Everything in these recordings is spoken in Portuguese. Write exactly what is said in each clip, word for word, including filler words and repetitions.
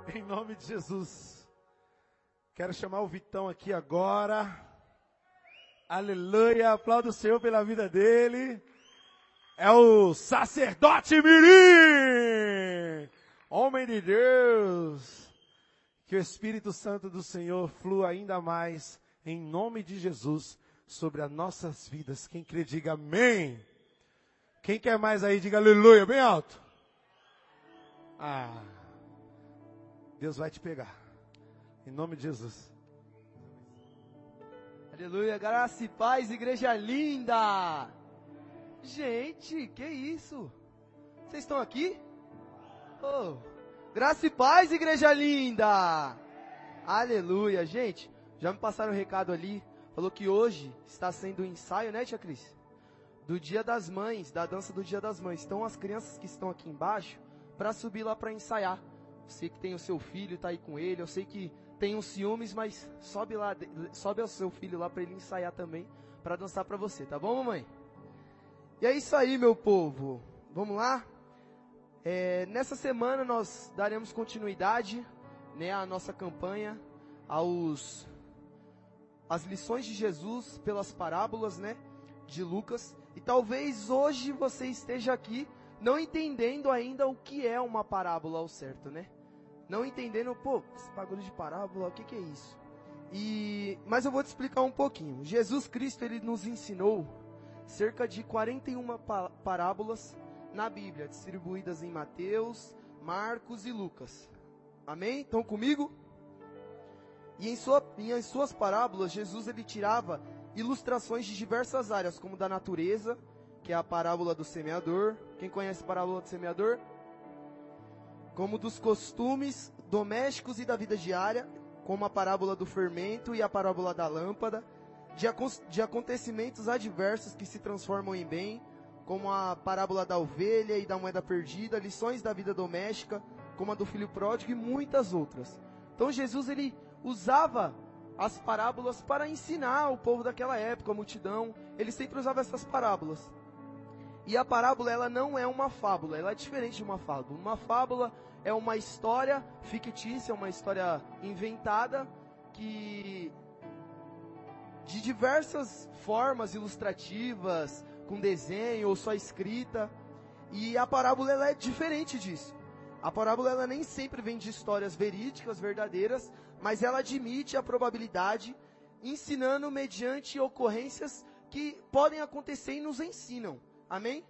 Em nome de Jesus. Quero chamar o Vitão aqui agora. Aleluia. Aplauda o Senhor pela vida dele. É o sacerdote mirim. Homem de Deus. Que o Espírito Santo do Senhor flua ainda mais, em nome de Jesus, sobre as nossas vidas. Quem crê, diga amém. Quem quer mais aí, diga aleluia, bem alto. Ah, Deus vai te pegar. Em nome de Jesus. Aleluia, graça e paz, igreja linda. Gente, que isso? Vocês estão aqui? Oh, graça e paz, igreja linda. Aleluia, gente. Já me passaram o recado ali. Falou que hoje está sendo o ensaio, né, tia Cris? Do Dia das Mães, da dança do Dia das Mães. Então as crianças que estão aqui embaixo, para subir lá para ensaiar. Sei que tem o seu filho, tá aí com ele. Eu sei que tem uns ciúmes, mas sobe lá, sobe ao seu filho lá para ele ensaiar também, para dançar para você, tá bom, mamãe? E é isso aí, meu povo. Vamos lá? É, nessa semana nós daremos continuidade, né, à nossa campanha, aos as lições de Jesus pelas parábolas, né, de Lucas. E talvez hoje você esteja aqui não entendendo ainda o que é uma parábola ao certo, né? Não entendendo, pô, esse bagulho de parábola, o que que é isso? E, mas eu vou te explicar um pouquinho. Jesus Cristo, ele nos ensinou cerca de quarenta e uma pa- parábolas na Bíblia, distribuídas em Mateus, Marcos e Lucas. Amém? Estão comigo? E em, sua, em suas parábolas, Jesus ele tirava ilustrações de diversas áreas, como da natureza, que é a parábola do semeador. Quem conhece a parábola do semeador? Como dos costumes domésticos e da vida diária, como a parábola do fermento e a parábola da lâmpada, de, acon- de acontecimentos adversos que se transformam em bem, como a parábola da ovelha e da moeda perdida, lições da vida doméstica, como a do filho pródigo e muitas outras. Então Jesus ele usava as parábolas para ensinar o povo daquela época, a multidão. Ele sempre usava essas parábolas. E a parábola, ela não é uma fábula, ela é diferente de uma fábula. Uma fábula é uma história fictícia, uma história inventada, que de diversas formas ilustrativas, com desenho ou só escrita. E a parábola, ela é diferente disso. A parábola, ela nem sempre vem de histórias verídicas, verdadeiras, mas ela admite a probabilidade, ensinando mediante ocorrências que podem acontecer e nos ensinam. Amém?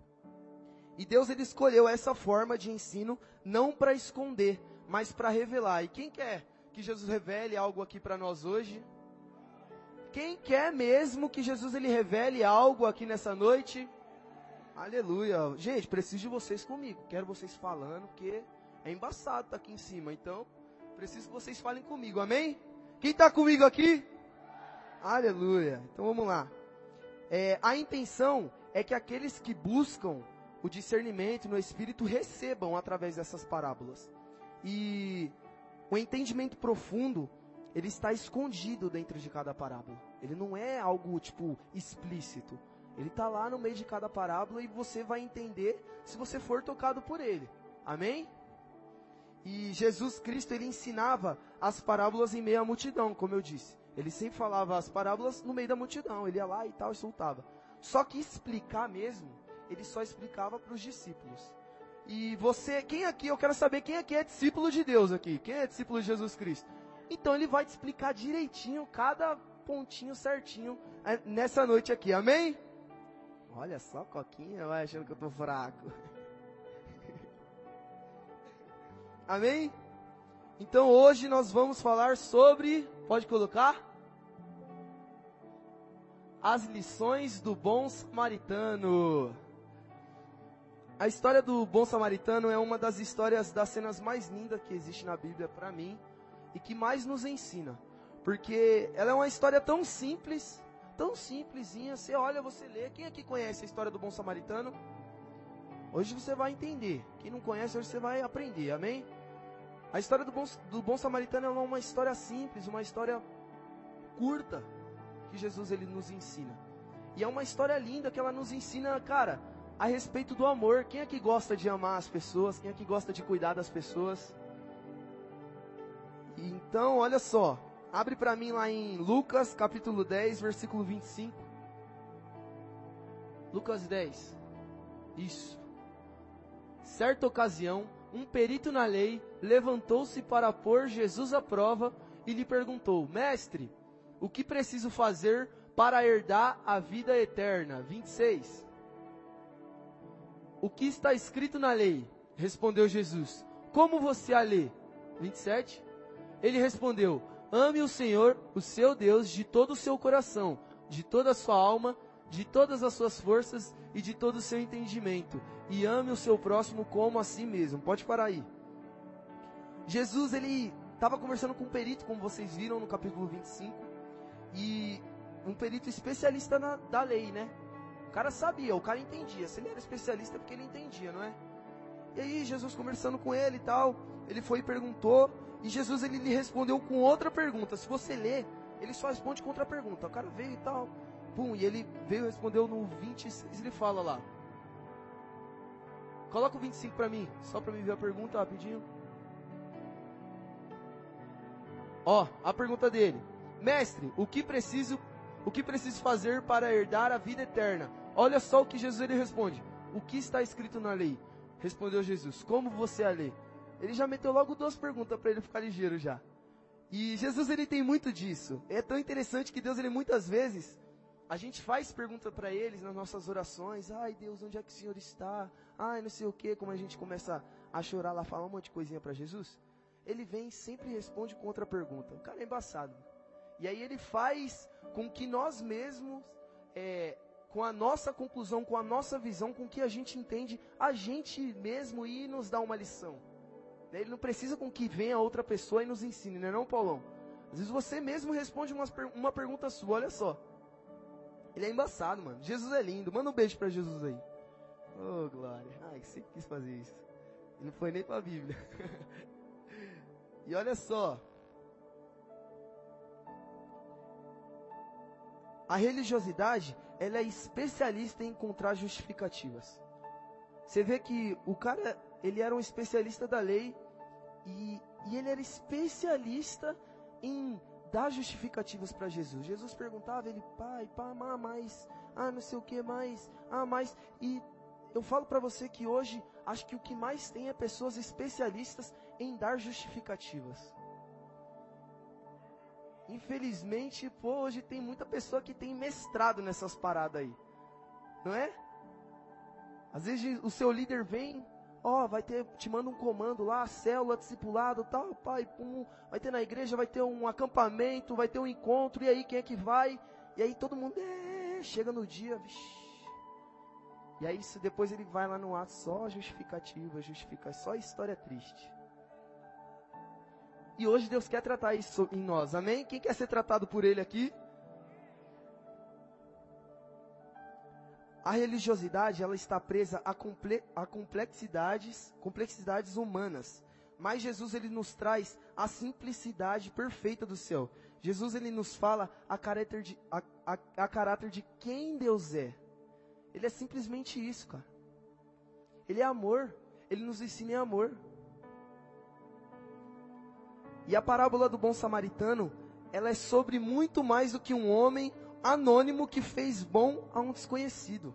E Deus ele escolheu essa forma de ensino não para esconder, mas para revelar. E quem quer que Jesus revele algo aqui para nós hoje? Quem quer mesmo que Jesus ele revele algo aqui nessa noite? Aleluia. Gente, preciso de vocês comigo. Quero vocês falando, porque é embaçado estar aqui em cima. Então, preciso que vocês falem comigo. Amém? Quem está comigo aqui? Aleluia. Então vamos lá. É, a intenção é que aqueles que buscam o discernimento no Espírito recebam através dessas parábolas. E o entendimento profundo, ele está escondido dentro de cada parábola. Ele não é algo, tipo, explícito. Ele está lá no meio de cada parábola e você vai entender se você for tocado por ele. Amém? E Jesus Cristo, ele ensinava as parábolas em meio à multidão, como eu disse. Ele sempre falava as parábolas no meio da multidão. Ele ia lá e tal e soltava. Só que explicar mesmo, ele só explicava para os discípulos. E você, quem aqui, eu quero saber quem aqui é discípulo de Deus aqui. Quem é discípulo de Jesus Cristo? Então ele vai te explicar direitinho, cada pontinho certinho nessa noite aqui. Amém? Olha só, Coquinha, vai achando que eu tô fraco. Amém? Então hoje nós vamos falar sobre, pode colocar? As lições do bom samaritano. A história do bom samaritano é uma das histórias, das cenas mais lindas que existe na Bíblia para mim e que mais nos ensina. Porque ela é uma história tão simples, tão simplesinha, você olha, você lê. Quem aqui conhece a história do bom samaritano? Hoje você vai entender. Quem não conhece, hoje você vai aprender, amém? A história do bom, do bom samaritano é uma história simples, uma história curta, que Jesus ele nos ensina. E é uma história linda que ela nos ensina, cara, a respeito do amor. Quem é que gosta de amar as pessoas? Quem é que gosta de cuidar das pessoas? Então, olha só. Abre para mim lá em Lucas, capítulo dez, versículo vinte e cinco. Lucas dez. Isso. Certa ocasião, um perito na lei levantou-se para pôr Jesus à prova e lhe perguntou: Mestre, o que preciso fazer para herdar a vida eterna? vinte e seis. O que está escrito na lei? Respondeu Jesus. Como você a lê? vinte e sete. Ele respondeu: ame o Senhor, o seu Deus, de todo o seu coração, de toda a sua alma, de todas as suas forças e de todo o seu entendimento. E ame o seu próximo como a si mesmo. Pode parar aí. Jesus, ele estava conversando com um perito, como vocês viram no capítulo vinte e cinco. E um perito especialista na, da lei, né? O cara sabia, o cara entendia. Se ele era especialista é porque ele entendia, não é? E aí, Jesus conversando com ele e tal, ele foi e perguntou. E Jesus, ele lhe respondeu com outra pergunta. Se você ler, ele só responde com outra pergunta. O cara veio e tal, pum, e ele veio e respondeu no vinte e seis, ele fala lá. Coloca o vinte e cinco para mim, só para mim ver a pergunta rapidinho. Ó, a pergunta dele. Mestre, o que preciso, o que preciso fazer para herdar a vida eterna? Olha só o que Jesus ele responde. O que está escrito na lei? Respondeu Jesus. Como você a lê? Ele já meteu logo duas perguntas para ele ficar ligeiro já. E Jesus, ele tem muito disso. É tão interessante que Deus, ele muitas vezes, a gente faz pergunta para eles nas nossas orações. Ai Deus, onde é que o Senhor está? Ai não sei o que. Como a gente começa a chorar lá, falar um monte de coisinha para Jesus. Ele vem e sempre responde com outra pergunta. O cara é embaçado. E aí ele faz com que nós mesmos, é, com a nossa conclusão, com a nossa visão, com o que a gente entende, a gente mesmo ir nos dar uma lição. Ele não precisa com que venha outra pessoa e nos ensine, não é não, Paulão? Às vezes você mesmo responde uma, uma pergunta sua, olha só. Ele é embaçado, mano. Jesus é lindo. Manda um beijo pra Jesus aí. Oh, glória. Ai, que você quis fazer isso. Ele não foi nem pra Bíblia. E olha só. A religiosidade, ela é especialista em encontrar justificativas. Você vê que o cara, ele era um especialista da lei e, e ele era especialista em dar justificativas para Jesus. Jesus perguntava, ele, pai, pai, ah, mas, ah, não sei o que mais, ah, mais. E eu falo para você que hoje, acho que o que mais tem é pessoas especialistas em dar justificativas. Infelizmente, pô, hoje tem muita pessoa que tem mestrado nessas paradas aí. Não é? Às vezes o seu líder vem, ó, vai ter, te manda um comando lá, célula, discipulado, tal, pai, pum, vai ter na igreja, vai ter um acampamento, vai ter um encontro, e aí quem é que vai? E aí todo mundo, é, chega no dia, vixi. E aí isso, depois ele vai lá no ato, só justificativa, justifica, só história triste. E hoje Deus quer tratar isso em nós, amém? Quem quer ser tratado por Ele aqui? A religiosidade, ela está presa a, comple- a complexidades, complexidades humanas. Mas Jesus, ele nos traz a simplicidade perfeita do céu. Jesus, ele nos fala a caráter de, a, a, a caráter de quem Deus é. Ele é simplesmente isso, cara. Ele é amor. Ele nos ensina em amor. E a parábola do bom samaritano, ela é sobre muito mais do que um homem anônimo que fez bom a um desconhecido.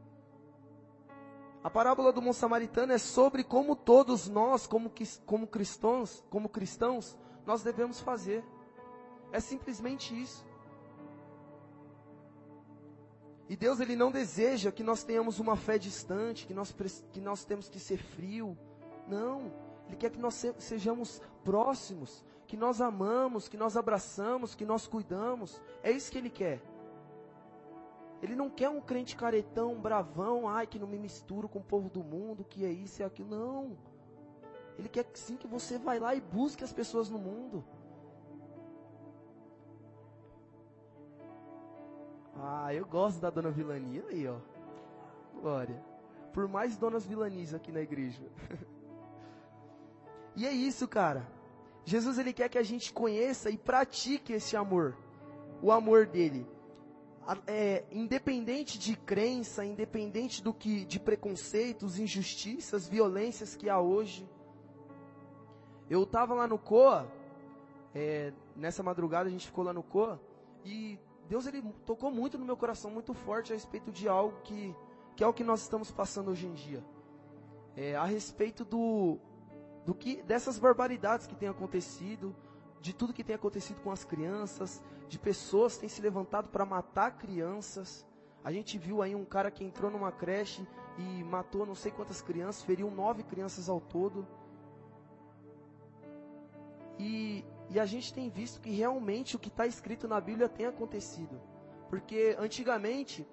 A parábola do bom samaritano é sobre como todos nós, como, como cristãos, como cristãos, nós devemos fazer. É simplesmente isso. E Deus, ele não deseja que nós tenhamos uma fé distante, que nós, que nós temos que ser frio. Não. Ele quer que nós sejamos próximos, que nós amamos, que nós abraçamos, que nós cuidamos. É isso que Ele quer. Ele não quer um crente caretão, bravão, ai, que não me misturo com o povo do mundo, que é isso e aquilo. Não. Ele quer sim que você vá lá e busque as pessoas no mundo. Ah, eu gosto da dona Vilania aí, ó. Glória. Por mais donas Vilanis aqui na igreja. E é isso, cara. Jesus, ele quer que a gente conheça e pratique esse amor. O amor dele. É, independente de crença, independente do que, de preconceitos, injustiças, violências que há hoje. Eu estava lá no C O A é, nessa madrugada a gente ficou lá no Coa, e Deus ele tocou muito no meu coração, muito forte a respeito de algo que, que é o que nós estamos passando hoje em dia. É, a respeito do, do que, dessas barbaridades que têm acontecido, de tudo que tem acontecido com as crianças, de pessoas que têm se levantado para matar crianças. A gente viu aí um cara que entrou numa creche e matou não sei quantas crianças, feriu nove crianças ao todo. E, e a gente tem visto que realmente o que está escrito na Bíblia tem acontecido. Porque antigamente,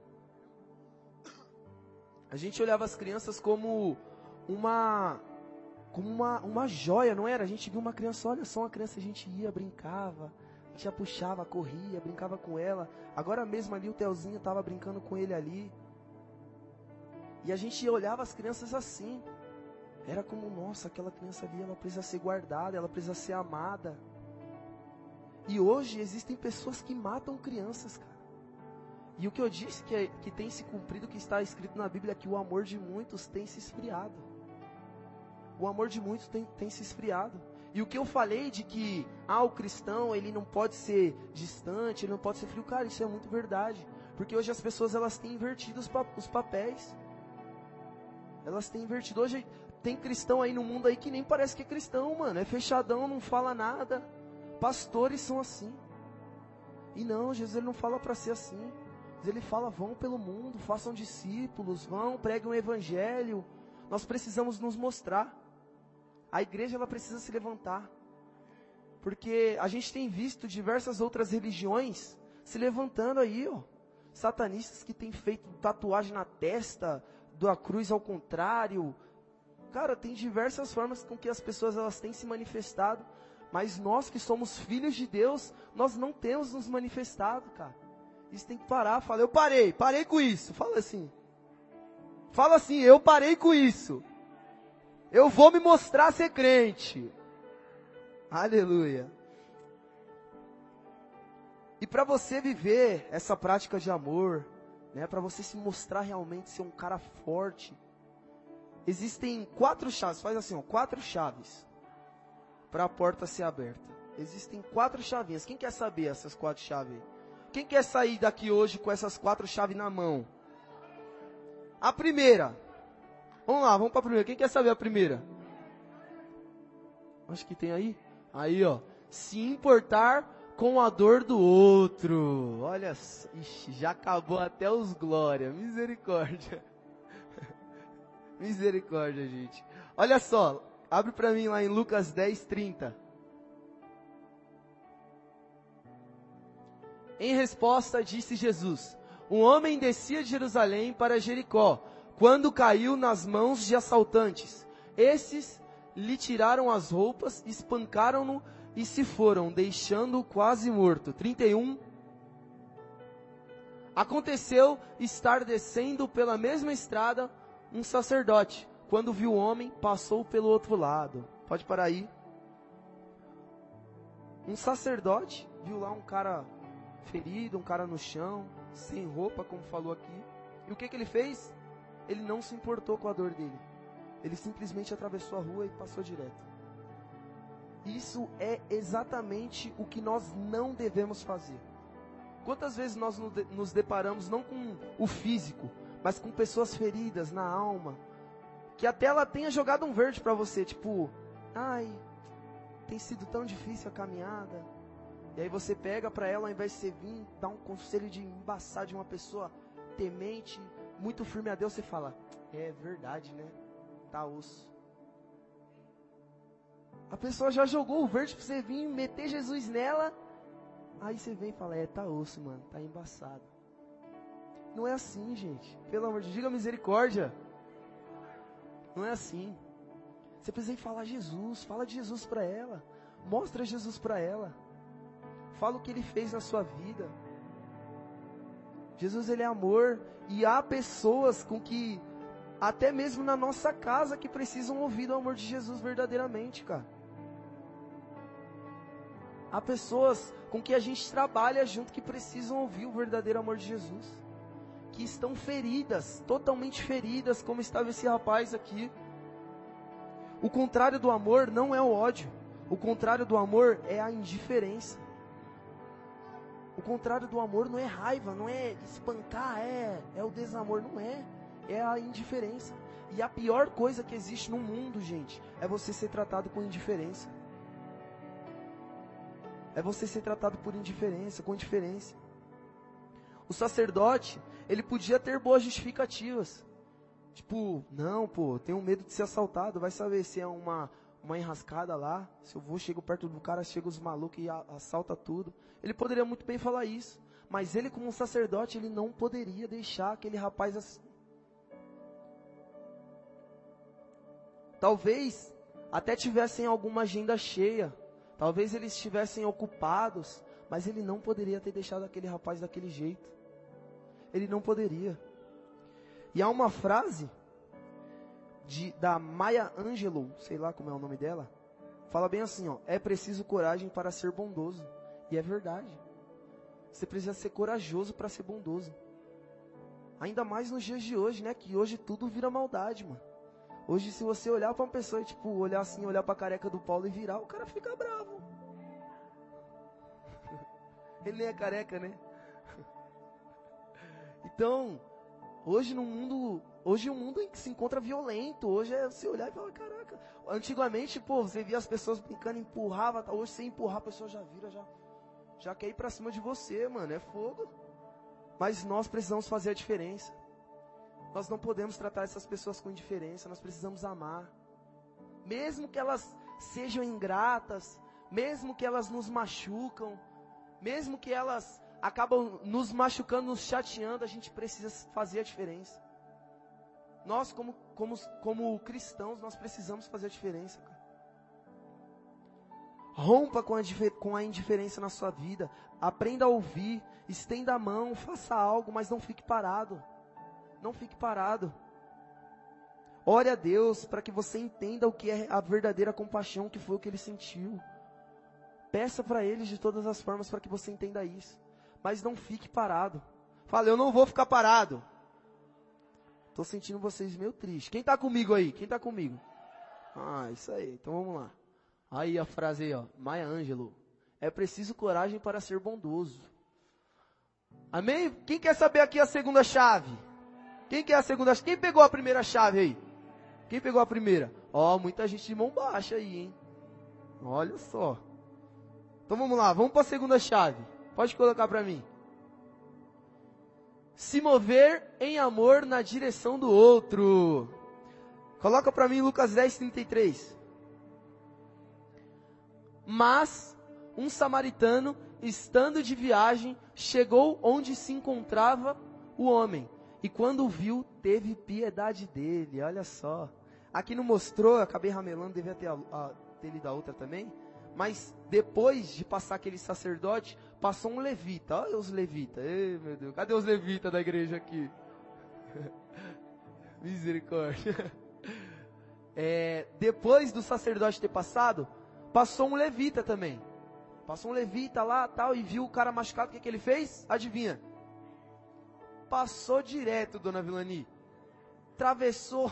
a gente olhava as crianças como uma, como uma, uma joia, não era? A gente viu uma criança, olha só uma criança, a gente ia, brincava, a gente já puxava, corria, brincava com ela. Agora mesmo ali o Telzinho estava brincando com ele ali. E a gente olhava as crianças assim. Era como, nossa, aquela criança ali, ela precisa ser guardada, ela precisa ser amada. E hoje existem pessoas que matam crianças, cara. E o que eu disse que, é, que tem se cumprido, que está escrito na Bíblia, é que o amor de muitos tem se esfriado. O amor de muitos tem, tem se esfriado. E o que eu falei de que, ah, o cristão, ele não pode ser distante, ele não pode ser frio, cara, isso é muito verdade. Porque hoje as pessoas, elas têm invertido os, pa- os papéis. Elas têm invertido. Hoje tem cristão aí no mundo aí que nem parece que é cristão, mano. É fechadão, não fala nada. Pastores são assim. E não, Jesus ele não fala para ser assim. Ele fala, vão pelo mundo, façam discípulos, vão, preguem o evangelho. Nós precisamos nos mostrar. A igreja ela precisa se levantar. Porque a gente tem visto diversas outras religiões se levantando aí, ó. Satanistas que têm feito tatuagem na testa, da cruz ao contrário. Cara, tem diversas formas com que as pessoas elas têm se manifestado. Mas nós que somos filhos de Deus, nós não temos nos manifestado, cara. Isso tem que parar. Fala, eu parei, parei com isso. Fala assim. Fala assim, eu parei com isso. Eu vou me mostrar ser crente. Aleluia. E para você viver essa prática de amor, né, para você se mostrar realmente ser um cara forte, existem quatro chaves. Faz assim, ó, quatro chaves para a porta ser aberta. Existem quatro chavinhas. Quem quer saber essas quatro chaves? Quem quer sair daqui hoje com essas quatro chaves na mão? A primeira. Vamos lá, vamos para a primeira. Quem quer saber a primeira? Acho que tem aí. Aí, ó. Se importar com a dor do outro. Olha, ixi, já acabou até os glória. Misericórdia. Misericórdia, gente. Olha só. Abre para mim lá em Lucas dez, trinta. Em resposta, disse Jesus: um homem descia de Jerusalém para Jericó, quando caiu nas mãos de assaltantes. Esses lhe tiraram as roupas, espancaram-no e se foram, deixando-o quase morto. trinta e um. Aconteceu estar descendo pela mesma estrada um sacerdote. Quando viu o homem, passou pelo outro lado. Pode parar aí. Um sacerdote viu lá um cara ferido, um cara no chão, sem roupa, como falou aqui. E o que que ele fez? Ele não se importou com a dor dele. Ele simplesmente atravessou a rua e passou direto. Isso é exatamente o que nós não devemos fazer. Quantas vezes nós nos deparamos não com o físico, mas com pessoas feridas na alma, que até ela tenha jogado um verde para você, tipo, ai, tem sido tão difícil a caminhada. E aí você pega para ela, ao invés de você vir, dar um conselho de embaçar de uma pessoa temente, muito firme a Deus, você fala, é verdade, né? Tá osso. A pessoa já jogou o verde para você vir, meter Jesus nela, aí você vem e fala, é, tá osso, mano, tá embaçado. Não é assim, gente. Pelo amor de Deus, diga misericórdia. Não é assim. Você precisa ir falar Jesus, fala de Jesus para ela, mostra Jesus para ela, fala o que Ele fez na sua vida. Jesus, Ele é amor, e há pessoas com que, até mesmo na nossa casa, que precisam ouvir do amor de Jesus verdadeiramente, cara. Há pessoas com que a gente trabalha junto que precisam ouvir o verdadeiro amor de Jesus, que estão feridas, totalmente feridas, como estava esse rapaz aqui. O contrário do amor não é o ódio. O contrário do amor é a indiferença. O contrário do amor não é raiva, não é espancar, é, é o desamor, não é. É a indiferença. E a pior coisa que existe no mundo, gente, é você ser tratado com indiferença. É você ser tratado por indiferença, com indiferença. O sacerdote, ele podia ter boas justificativas. Tipo, não, pô, tenho medo de ser assaltado. Vai saber se é uma, uma enrascada lá. Se eu vou, chego perto do cara, chega os malucos e a, assalta tudo. Ele poderia muito bem falar isso. Mas ele, como sacerdote, ele não poderia deixar aquele rapaz assim. Talvez até tivessem alguma agenda cheia. Talvez eles estivessem ocupados. Mas ele não poderia ter deixado aquele rapaz daquele jeito. Ele não poderia. E há uma frase de, da Maya Angelou, sei lá como é o nome dela, fala bem assim, ó, é preciso coragem para ser bondoso. E é verdade. Você precisa ser corajoso para ser bondoso. Ainda mais nos dias de hoje, né? Que hoje tudo vira maldade, mano. Hoje, se você olhar para uma pessoa e, tipo, olhar assim, olhar para a careca do Paulo e virar, o cara fica bravo. Ele nem é careca, né? Então, hoje no mundo, hoje o mundo se encontra violento. Hoje é você olhar e falar, caraca. Antigamente, pô, você via as pessoas brincando, empurrava, tá? Hoje você empurrar, a pessoa já vira, já, já quer ir pra cima de você, mano. É fogo. Mas nós precisamos fazer a diferença. Nós não podemos tratar essas pessoas com indiferença. Nós precisamos amar. Mesmo que elas sejam ingratas, mesmo que elas nos machucam, mesmo que elas acabam nos machucando, nos chateando, a gente precisa fazer a diferença. Nós, como, como, como cristãos, nós precisamos fazer a diferença, cara. Rompa com a, com a indiferença na sua vida. Aprenda a ouvir. Estenda a mão. Faça algo, mas não fique parado. Não fique parado. Ore a Deus para que você entenda o que é a verdadeira compaixão, que foi o que Ele sentiu. Peça para Ele de todas as formas para que você entenda isso. Mas não fique parado. Fala, eu não vou ficar parado. Estou sentindo vocês meio tristes. Quem está comigo aí? Quem está comigo? Ah, isso aí. Então vamos lá. Aí a frase aí, ó. Maya Angelou. É preciso coragem para ser bondoso. Amém? Quem quer saber aqui a segunda chave? Quem quer a segunda chave? Quem pegou a primeira chave aí? Quem pegou a primeira? Ó, oh, muita gente de mão baixa aí, hein? Olha só. Então vamos lá, vamos para a segunda chave. Pode colocar para mim. Se mover em amor na direção do outro. Coloca para mim Lucas dez, trinta e três. Mas um samaritano, estando de viagem, chegou onde se encontrava o homem. E quando o viu, teve piedade dele. Olha só. Aqui não mostrou, acabei ramelando, devia ter, a, a, ter lido a outra também. Mas depois de passar aquele sacerdote, passou um levita. Olha os levitas. Ei, meu Deus, cadê os levitas da igreja aqui? Misericórdia. É, depois do sacerdote ter passado, passou um levita também. Passou um levita lá tal e viu o cara machucado. O que, que ele fez? Adivinha? Passou direto, dona Vilani. Atravessou.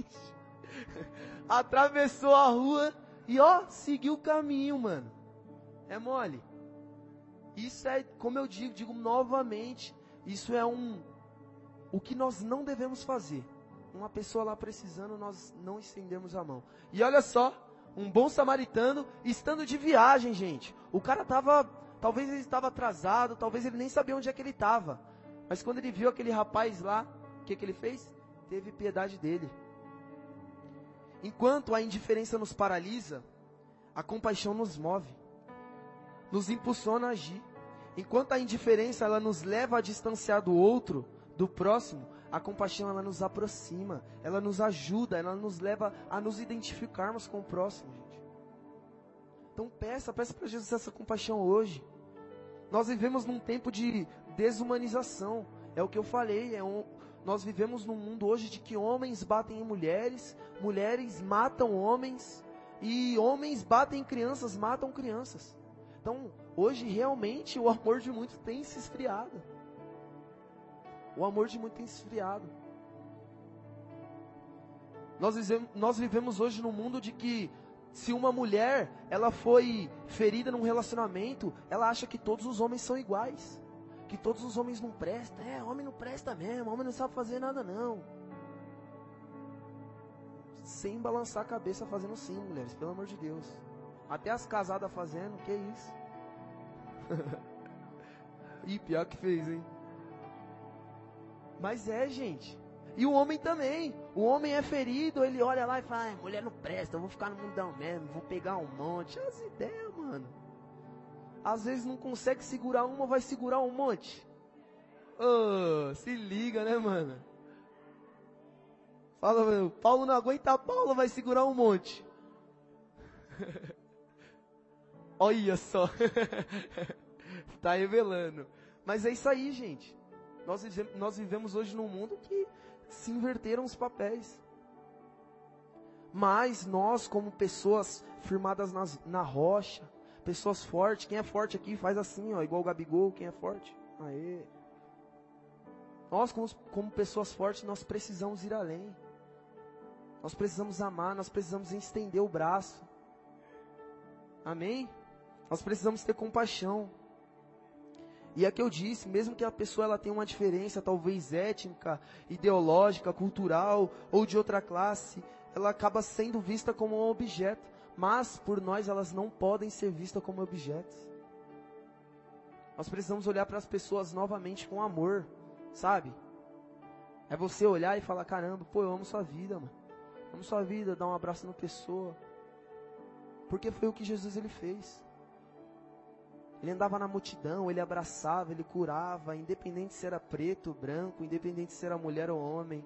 Atravessou a rua e ó, seguiu o caminho, mano. É mole. Isso é, como eu digo, digo novamente, isso é um, o que nós não devemos fazer. Uma pessoa lá precisando, nós não estendemos a mão. E olha só, um bom samaritano, estando de viagem, gente. O cara estava, talvez ele estava atrasado, talvez ele nem sabia onde é que ele estava. Mas quando ele viu aquele rapaz lá, o que, que ele fez? Teve piedade dele. Enquanto a indiferença nos paralisa, a compaixão nos move, nos impulsiona a agir. Enquanto a indiferença ela nos leva a distanciar do outro, do próximo, a compaixão ela nos aproxima, ela nos ajuda, ela nos leva a nos identificarmos com o próximo, gente. Então peça, peça para Jesus essa compaixão hoje. Nós vivemos num tempo de desumanização, é o que eu falei, é um, nós vivemos num mundo hoje de que homens batem em mulheres, mulheres matam homens, e homens batem em crianças, matam crianças. Então, hoje realmente o amor de muitos tem se esfriado. O amor de muitos tem se esfriado. Nós vivemos, nós vivemos hoje num mundo de que Se uma mulher, ela foi ferida num relacionamento, ela acha que todos os homens são iguais. Que todos os homens não prestam. É, homem não presta mesmo, homem não sabe fazer nada não. Sem balançar a cabeça fazendo sim, mulheres, pelo amor de Deus. Até as casadas fazendo, que isso? Ih, pior que fez, hein? Mas é, gente. E o homem também. O homem é ferido, ele olha lá e fala, ah, mulher não presta, eu vou ficar no mundão mesmo, vou pegar um monte. As ideias, mano. Às vezes não consegue segurar uma, vai segurar um monte. Oh, se liga, né, mano? Fala, meu, Paulo não aguenta, Paulo vai segurar um monte. Olha só. Tá revelando. Mas é isso aí, gente. Nós, nós vivemos hoje num mundo que se inverteram os papéis. Mas nós, como pessoas firmadas nas, na rocha, pessoas fortes, quem é forte aqui faz assim, ó, igual o Gabigol, quem é forte? Aê. Nós, como, como pessoas fortes, nós precisamos ir além. Nós precisamos amar, nós precisamos estender o braço. Amém? Nós precisamos ter compaixão. E é que eu disse, mesmo que a pessoa ela tenha uma diferença, talvez étnica, ideológica, cultural ou de outra classe, ela acaba sendo vista como um objeto. Mas por nós elas não podem ser vistas como objetos. Nós precisamos olhar para as pessoas novamente com amor, sabe? É você olhar e falar, caramba, pô, eu amo sua vida, mano. Amo sua vida, dar um abraço na pessoa. Porque foi o que Jesus ele fez. Ele andava na multidão, ele abraçava, ele curava, independente se era preto, branco, independente se era mulher ou homem.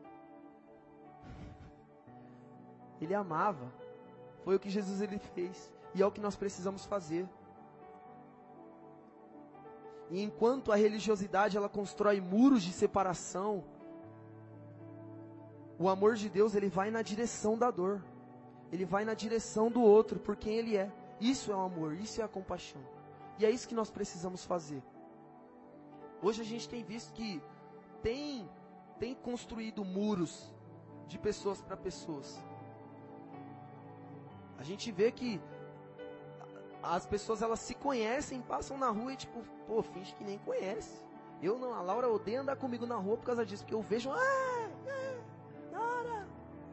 Ele amava. Foi o que Jesus ele fez. E é o que nós precisamos fazer. E enquanto a religiosidade ela constrói muros de separação, o amor de Deus ele vai na direção da dor. Ele vai na direção do outro, por quem ele é. Isso é o amor, isso é a compaixão. E é isso que nós precisamos fazer. Hoje a gente tem visto que tem, tem construído muros de pessoas para pessoas. A gente vê que as pessoas elas se conhecem, passam na rua e tipo, pô, finge que nem conhece. Eu não, a Laura odeia andar comigo na rua por causa disso, porque eu vejo, ah, ah, Laura.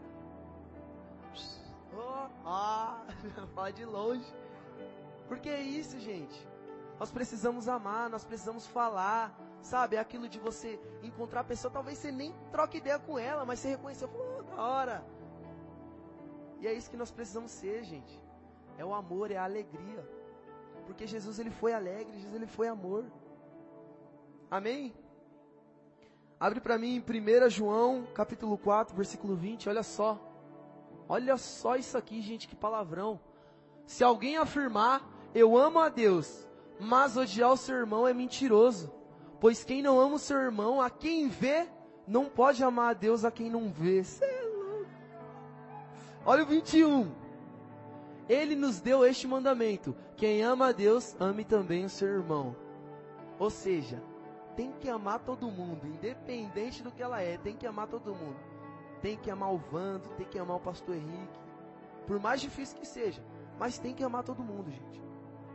Oh, ah, fala de longe. Porque é isso, gente. Nós precisamos amar, nós precisamos falar, sabe? É aquilo de você encontrar a pessoa, talvez você nem troque ideia com ela, mas você reconheceu, falou, oh, da hora. E é isso que nós precisamos ser, gente. É o amor, é a alegria. Porque Jesus ele foi alegre, Jesus ele foi amor. Amém? Abre para mim em primeiro João, capítulo quatro, versículo vinte, olha só. Olha só isso aqui, gente, que palavrão. Se alguém afirmar, eu amo a Deus, mas odiar o seu irmão é mentiroso. Pois quem não ama o seu irmão, a quem vê, não pode amar a Deus a quem não vê. Cê é louco. Olha o vinte e um. Ele nos deu este mandamento: quem ama a Deus, ame também o seu irmão. Ou seja, tem que amar todo mundo, independente do que ela é, tem que amar todo mundo. Tem que amar o Vando, tem que amar o pastor Henrique. Por mais difícil que seja, mas tem que amar todo mundo, gente.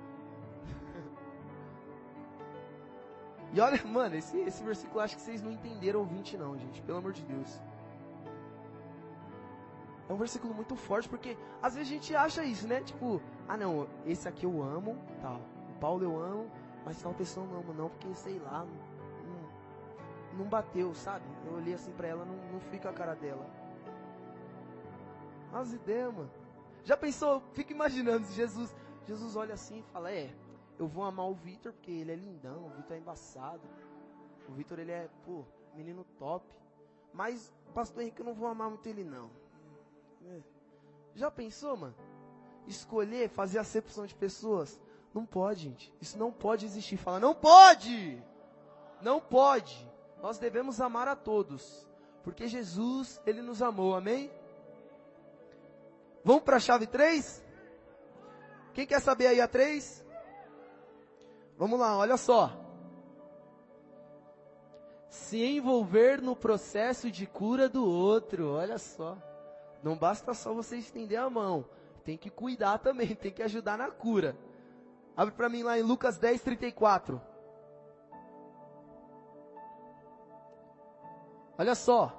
E olha, mano, esse, esse versículo acho que vocês não entenderam o vinte não, gente, pelo amor de Deus. É um versículo muito forte, porque às vezes a gente acha isso, né? Tipo, ah não, esse aqui eu amo, tal. O Paulo eu amo, mas tal pessoa não amo não, porque sei lá, não, não bateu, sabe? Eu olhei assim pra ela, não, não fui com a cara dela. As ideias, mano. Já pensou, fica imaginando, Jesus, Jesus olha assim e fala, é, eu vou amar o Vitor porque ele é lindão, o Vitor é embaçado. O Vitor ele é, pô, menino top. Mas o pastor Henrique eu não vou amar muito ele não. Já pensou, mano? Escolher, fazer acepção de pessoas? Não pode, gente. Isso não pode existir. Fala, não pode! Não pode. Nós devemos amar a todos. Porque Jesus, ele nos amou, amém? Vamos para a chave três? Quem quer saber aí a três? Vamos lá, olha só. Se envolver no processo de cura do outro, olha só. Não basta só você estender a mão. tem que cuidar também, tem que ajudar na cura. Abre para mim lá em Lucas dez, trinta e quatro. Olha só.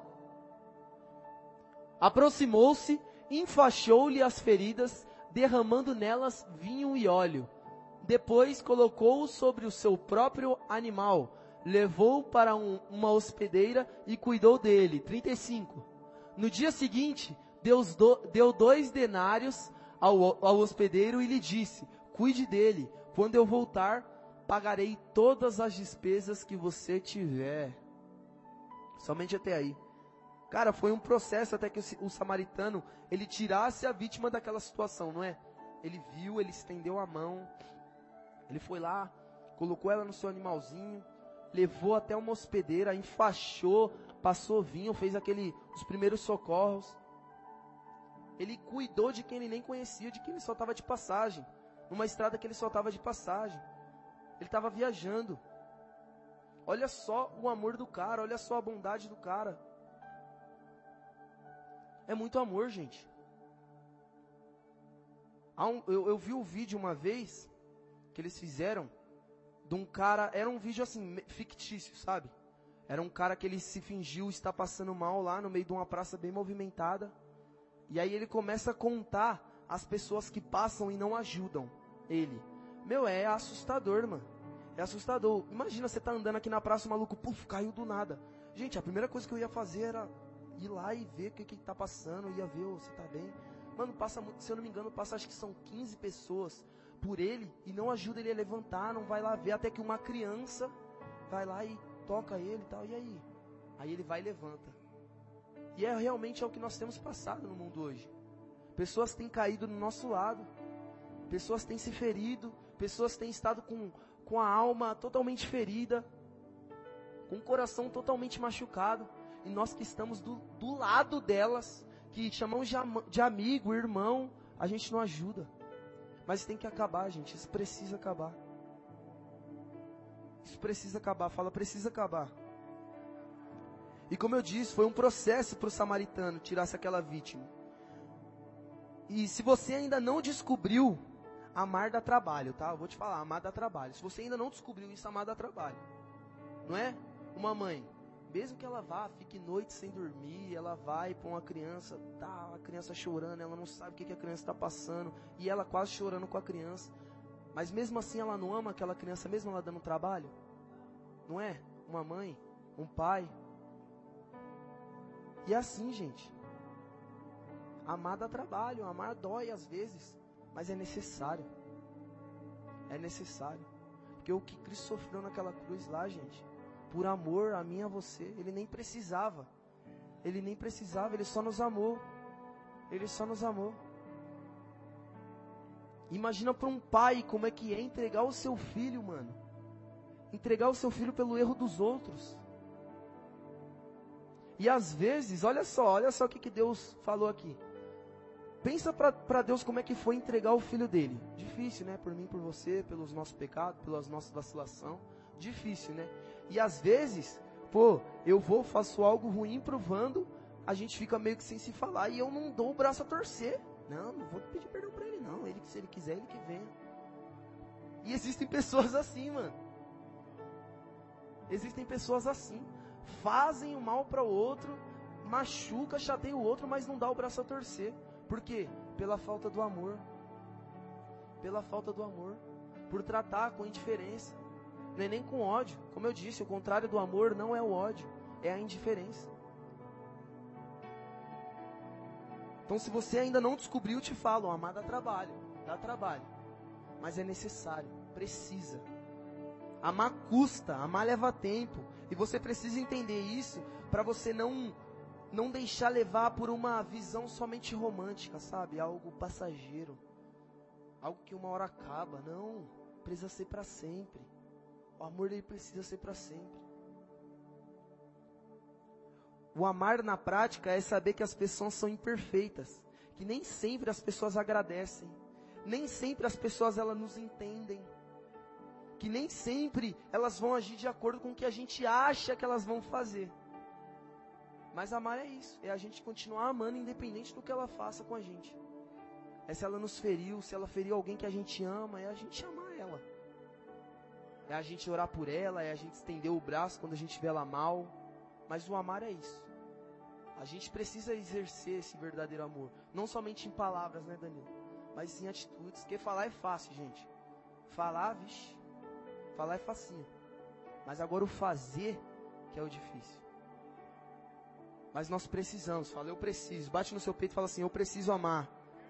Aproximou-se, enfaixou-lhe as feridas, derramando nelas vinho e óleo. Depois colocou-o sobre o seu próprio animal, levou-o para um, uma hospedeira e cuidou dele. trinta e cinco. No dia seguinte, Deus do, deu dois denários ao, ao hospedeiro e lhe disse: cuide dele, quando eu voltar, pagarei todas as despesas que você tiver. Somente até aí. Cara, foi um processo até que o, o samaritano, ele tirasse a vítima daquela situação, não é? Ele viu, ele estendeu a mão, ele foi lá, colocou ela no seu animalzinho, levou até uma hospedeira, enfaixou, passou vinho, fez aquele, os primeiros socorros. Ele cuidou de quem ele nem conhecia, de quem ele só estava de passagem, numa estrada que ele só estava de passagem. Ele estava viajando. Olha só o amor do cara, olha só a bondade do cara. É muito amor, gente. Há um, eu, eu vi um vídeo uma vez, que eles fizeram, de um cara, era um vídeo assim, fictício, sabe? Era um cara que ele se fingiu estar passando mal lá no meio de uma praça bem movimentada. E aí ele começa a contar as pessoas que passam e não ajudam ele. Meu, é assustador, mano. É assustador. Imagina você tá andando aqui na praça, o maluco, puf, caiu do nada. Gente, a primeira coisa que eu ia fazer era ir lá e ver o que que tá passando, ia ver, oh, você tá bem. Mano, passa, se eu não me engano, passa acho que são quinze pessoas por ele e não ajuda ele a levantar, não vai lá ver, até que uma criança vai lá e toca ele e tal, e aí? Aí ele vai e levanta. E é realmente é o que nós temos passado no mundo hoje. Pessoas têm caído no nosso lado, pessoas têm se ferido, pessoas têm estado com, com a alma totalmente ferida, com o coração totalmente machucado, e nós que estamos do, do lado delas, que chamamos de, am, de amigo, irmão, a gente não ajuda. Mas tem que acabar, gente, isso precisa acabar. Isso precisa acabar, fala, precisa acabar. E como eu disse, foi um processo para o samaritano tirar-se aquela vítima. E se você ainda não descobriu, amar dá trabalho, tá? Eu vou te falar, amar dá trabalho. Se você ainda não descobriu isso, amar dá trabalho. Não é? Uma mãe, mesmo que ela vá, fique noite sem dormir, ela vai para uma criança, tá, a criança chorando, ela não sabe o que, que a criança está passando, e ela quase chorando com a criança. Mas mesmo assim ela não ama aquela criança, mesmo ela dando trabalho? Não é? Uma mãe, um pai. E é assim, gente. Amar dá trabalho, amar dói às vezes, mas é necessário. É necessário. Porque o que Cristo sofreu naquela cruz lá, gente, por amor a mim e a você, Ele nem precisava. Ele nem precisava, Ele só nos amou. Ele só nos amou. Imagina para um pai como é que é entregar o seu filho, mano. Entregar o seu filho pelo erro dos outros. E às vezes, olha só, olha só o que, que Deus falou aqui. Pensa para Deus como é que foi entregar o filho dele. Difícil, né? Por mim, por você, pelos nossos pecados, pelas nossas vacilações. Difícil, né? E às vezes, pô, eu vou, faço algo ruim provando, a gente fica meio que sem se falar e eu não dou o braço a torcer. Não, não vou pedir perdão para ele não. Ele, se ele quiser, ele que venha. E existem pessoas assim, mano. Existem pessoas assim. Fazem o mal para o outro, machuca, chateia o outro, mas não dá o braço a torcer. Por quê? Pela falta do amor. Pela falta do amor. Por tratar com indiferença. Não é nem com ódio. Como eu disse, o contrário do amor não é o ódio, é a indiferença. Então se você ainda não descobriu, te falo, amar dá trabalho. Dá trabalho. Mas é necessário, precisa. Amar custa, amar leva tempo. E você precisa entender isso para você não, não deixar levar por uma visão somente romântica, sabe? Algo passageiro. Algo que uma hora acaba. Não, precisa ser para sempre. O amor dele precisa ser para sempre. O amar na prática é saber que as pessoas são imperfeitas. Que nem sempre as pessoas agradecem. Nem sempre as pessoas elas nos entendem. Que nem sempre elas vão agir de acordo com o que a gente acha que elas vão fazer. Mas amar é isso, é a gente continuar amando independente do que ela faça com a gente. É se ela nos feriu, se ela feriu alguém que a gente ama, é a gente amar ela. É a gente orar por ela, é a gente estender o braço quando a gente vê ela mal. Mas o amar é isso. A gente precisa exercer esse verdadeiro amor. Não somente em palavras, né, Danilo? Mas em atitudes. Porque falar é fácil, gente. Falar, vixe. Falar é facinho. Mas agora o fazer que é o difícil. Mas nós precisamos. Fala, eu preciso. Bate no seu peito e fala assim, eu preciso amar.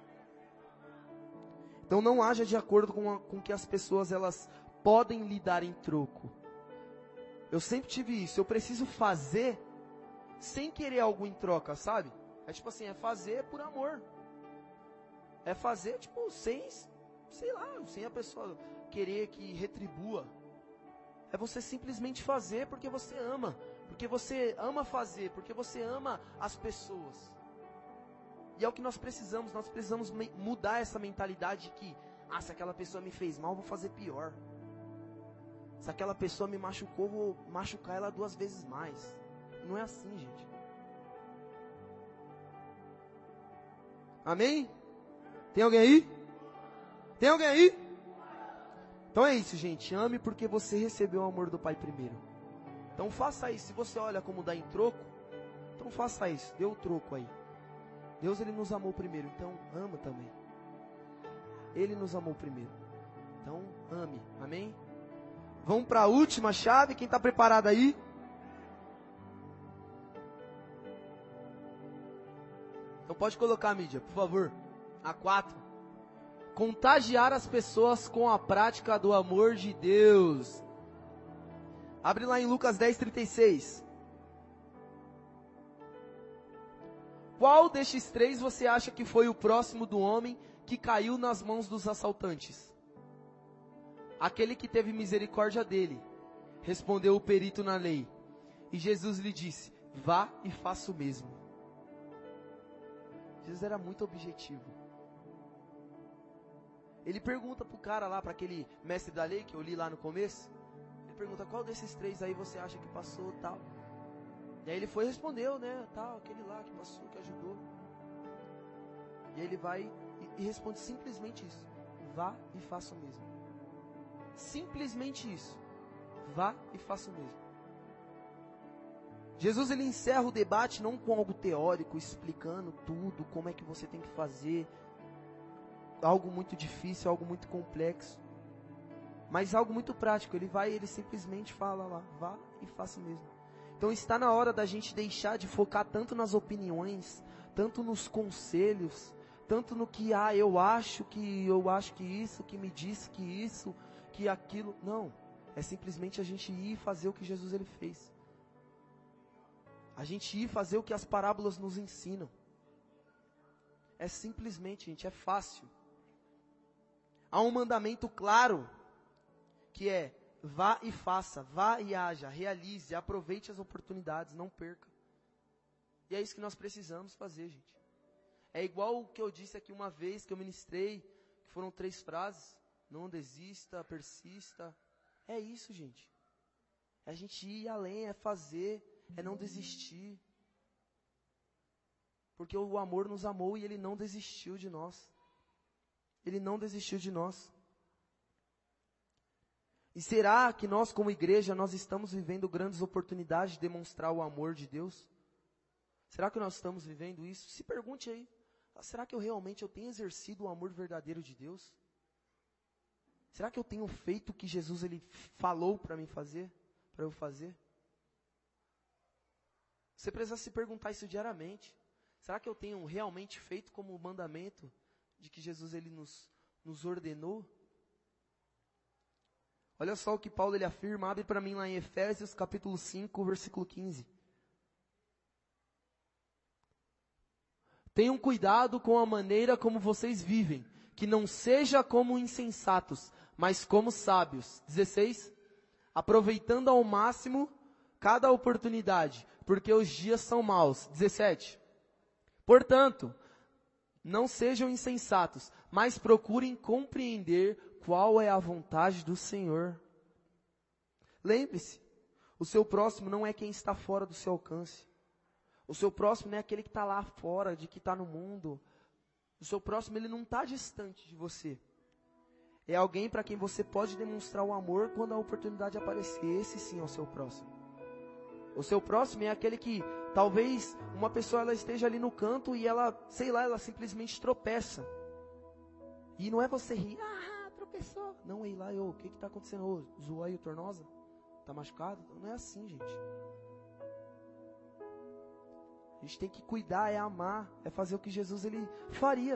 Então não haja de acordo com, a, com que as pessoas elas podem lhe dar em troco. Eu sempre tive isso. Eu preciso fazer sem querer algo em troca, sabe? É tipo assim, é fazer por amor. É fazer, tipo, sem, sei lá, sem a pessoa querer que retribua. É você simplesmente fazer porque você ama. Porque você ama fazer, porque você ama as pessoas. E é o que nós precisamos, nós precisamos mudar essa mentalidade de que, ah, se aquela pessoa me fez mal, eu vou fazer pior. Se aquela pessoa me machucou, eu vou machucar ela duas vezes mais. Não é assim, gente. Amém? Tem alguém aí? Tem alguém aí? Então é isso, gente. Ame porque você recebeu o amor do Pai primeiro. Então faça isso. Se você olha como dá em troco, então faça isso. Dê o troco aí. Deus, Ele nos amou primeiro. Então ama também. Ele nos amou primeiro. Então ame. Amém? Vamos para a última chave. Quem está preparado aí? Então pode colocar a mídia, por favor. A quatro. Contagiar as pessoas com a prática do amor de Deus. Abre lá em Lucas dez, trinta e seis. Qual destes três você acha que foi o próximo do homem que caiu nas mãos dos assaltantes? Aquele que teve misericórdia dele, respondeu o perito na lei. E Jesus lhe disse, vá e faça o mesmo. Jesus era muito objetivo. Ele pergunta pro cara lá, para aquele mestre da lei que eu li lá no começo. Ele pergunta, qual desses três aí você acha que passou, tal? E aí ele foi e respondeu, né, tal, aquele lá que passou, que ajudou. E aí ele vai e, e responde simplesmente isso. Vá e faça o mesmo. Simplesmente isso. Vá e faça o mesmo. Jesus, ele encerra o debate não com algo teórico, explicando tudo, como é que você tem que fazer. Algo muito difícil, algo muito complexo. Mas algo muito prático. Ele vai e ele simplesmente fala lá, vá e faça o mesmo. Então está na hora da gente deixar de focar tanto nas opiniões, tanto nos conselhos, tanto no que, ah, eu acho que, eu acho que isso, que me disse que isso, que aquilo. Não, é simplesmente a gente ir fazer o que Jesus ele fez. A gente ir fazer o que as parábolas nos ensinam. É simplesmente, gente, é fácil. Há um mandamento claro, que é, vá e faça, vá e haja, realize, aproveite as oportunidades, não perca. E é isso que nós precisamos fazer, gente. É igual o que eu disse aqui uma vez, que eu ministrei, que foram três frases, não desista, persista. É isso, gente. É a gente ir além, é fazer, é não desistir. Porque o amor nos amou e Ele não desistiu de nós. Ele não desistiu de nós. E será que nós como igreja, nós estamos vivendo grandes oportunidades de demonstrar o amor de Deus? Será que nós estamos vivendo isso? Se pergunte aí. Será que eu realmente eu tenho exercido o amor verdadeiro de Deus? Será que eu tenho feito o que Jesus ele falou para mim fazer? Para eu fazer? Você precisa se perguntar isso diariamente. Será que eu tenho realmente feito como o mandamento de que Jesus ele nos, nos ordenou? Olha só o que Paulo ele afirma, abre para mim lá em Efésios capítulo cinco, versículo quinze. Tenham cuidado com a maneira como vocês vivem, que não seja como insensatos, mas como sábios. dezesseis. Aproveitando ao máximo cada oportunidade, porque os dias são maus. dezessete. Portanto, não sejam insensatos, mas procurem compreender qual é a vontade do Senhor. Lembre-se, o seu próximo não é quem está fora do seu alcance. O seu próximo não é aquele que está lá fora, de que está no mundo. O seu próximo, ele não está distante de você. É alguém para quem você pode demonstrar o amor quando a oportunidade aparecer. Esse sim é o seu próximo. O seu próximo é aquele que, talvez, uma pessoa ela esteja ali no canto e ela, sei lá, ela simplesmente tropeça. E não é você rir, ah, tropeçou. Não, é ir lá, eu, o que que tá acontecendo? Ô, zoou aí o tornosa? Tá machucado? Não é assim, gente. A gente tem que cuidar, é amar, é fazer o que Jesus ele faria.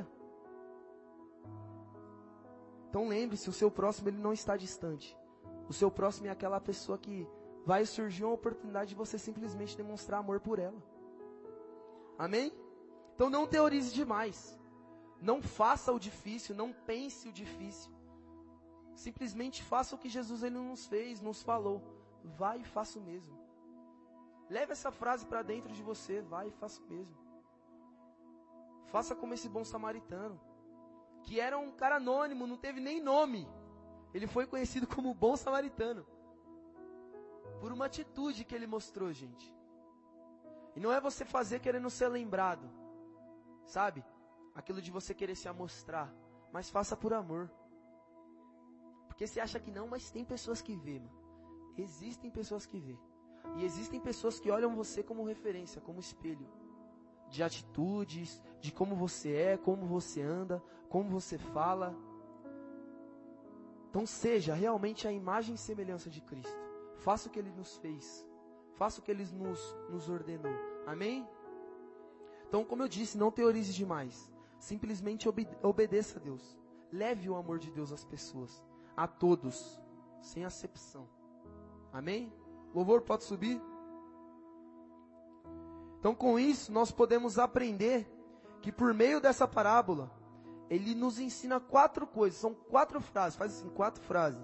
Então lembre-se, o seu próximo ele não está distante. O seu próximo é aquela pessoa que vai surgir uma oportunidade de você simplesmente demonstrar amor por ela. Amém? Então não teorize demais. Não faça o difícil, não pense o difícil. Simplesmente faça o que Jesus ele nos fez, nos falou. Vai e faça o mesmo. Leve essa frase para dentro de você, vai e faça o mesmo. Faça como esse bom samaritano, que era um cara anônimo, não teve nem nome. Ele foi conhecido como bom samaritano, por uma atitude que ele mostrou, gente. E não é você fazer querendo ser lembrado, sabe? Aquilo de você querer se amostrar, mas faça por amor. Porque você acha que não, mas tem pessoas que vê, mano. Existem pessoas que vê. E existem pessoas que olham você como referência, como espelho. De atitudes, de como você é, como você anda, como você fala. Então seja realmente a imagem e semelhança de Cristo. Faça o que Ele nos fez. Faça o que Ele nos, nos ordenou. Amém? Então, como eu disse, não teorize demais. Simplesmente obede- obedeça a Deus. Leve o amor de Deus às pessoas. A todos. Sem acepção. Amém? Louvor, pode subir? Então, com isso, nós podemos aprender que por meio dessa parábola, ele nos ensina quatro coisas. São quatro frases. Faz assim, quatro frases.